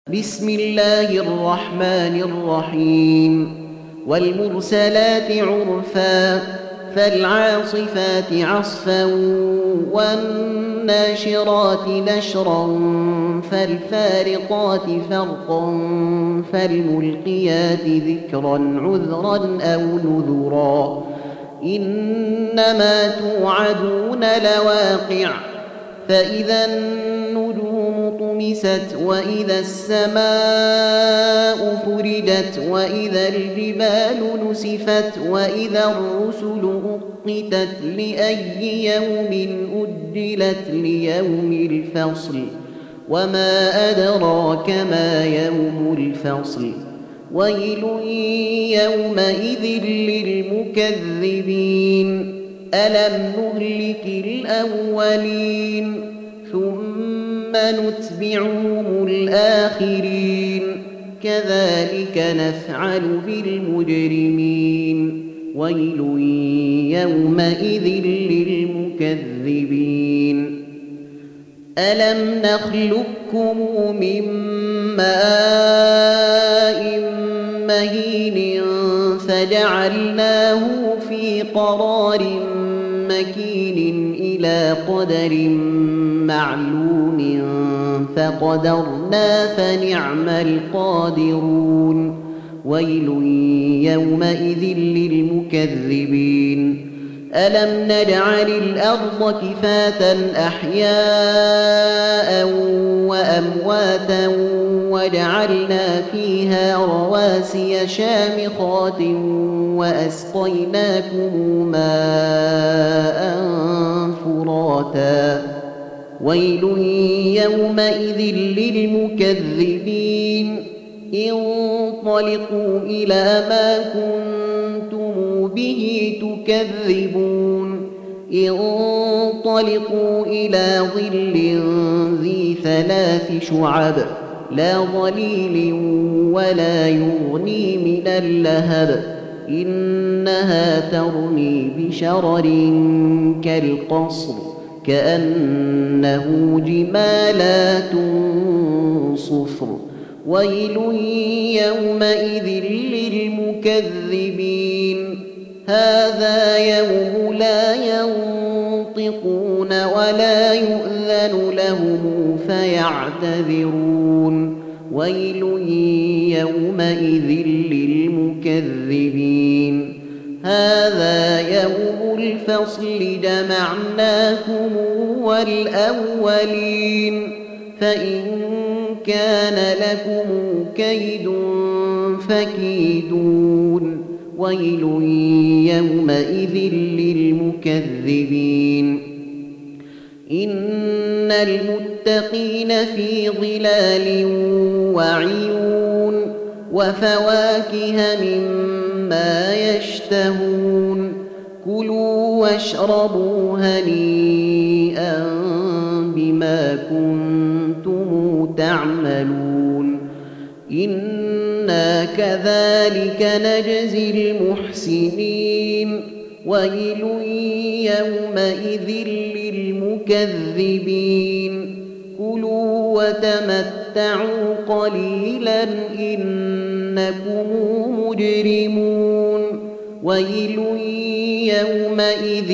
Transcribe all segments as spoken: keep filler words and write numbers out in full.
بسم الله الرحمن الرحيم والمرسلات عرفا فالعاصفات عصفا والناشرات نشرا فالفارقات فرقا فالملقيات ذكرا عذرا أو نذرا إنما توعدون لواقع فإذا النجوم طمست وإذا السماء فرجت وإذا الجبال نسفت وإذا الرسل أقتت لأي يوم أجلت ليوم الفصل وما أدراك ما يوم الفصل ويل يومئذ للمكذبين ألم نهلك الأولين ثم نتبعهم الآخرين كذلك نفعل بالمجرمين ويل يومئذ للمكذبين ألم نخلقكم من ماء مهين فجعلناه في قرار مكين إلى قدر معلوم فقدرنا فنعم القادرون ويل يومئذ للمكذبين ألم نجعل الأرض كفاة أحياء وأمواتا وجعلنا فيها رواسي شامخات وأسقيناكم ماء فراتا ويل يومئذ للمكذبين انطلقوا إلى ما كنتم به تكذبون انطلقوا إلى ظل ذي ثلاث شعب لا ظليل ولا يغني من اللهب إنها ترمي بشرر كالقصر كأنه جمالات صفر ويل يومئذ للمكذبين هذا يوم لا ينطقون ولا يؤذن لهم فيعتذرون ويل يومئذ للمكذبين هذا يوم الفصل جمعناكم والأولين فإن كان لكم كيد فكيدون ويل يومئذ للمكذبين إن المتقين في ظلال وعيون وفواكه مما يشتهون كلوا واشربوا هنيئا بما كنتم تعملون إنا كذلك نجزي المحسنين ويل يومئذ للمكذبين كلوا وتمتعوا قليلا إنكم مجرمون ويل يومئذ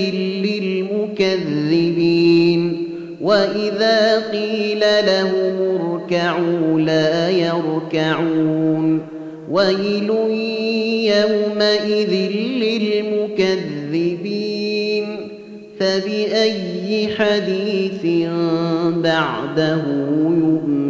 للمكذبين وإذا قيل لهم اركعوا لا يركعون ويل يومئذ للمكذبين فبأي حديث بعده يؤمنون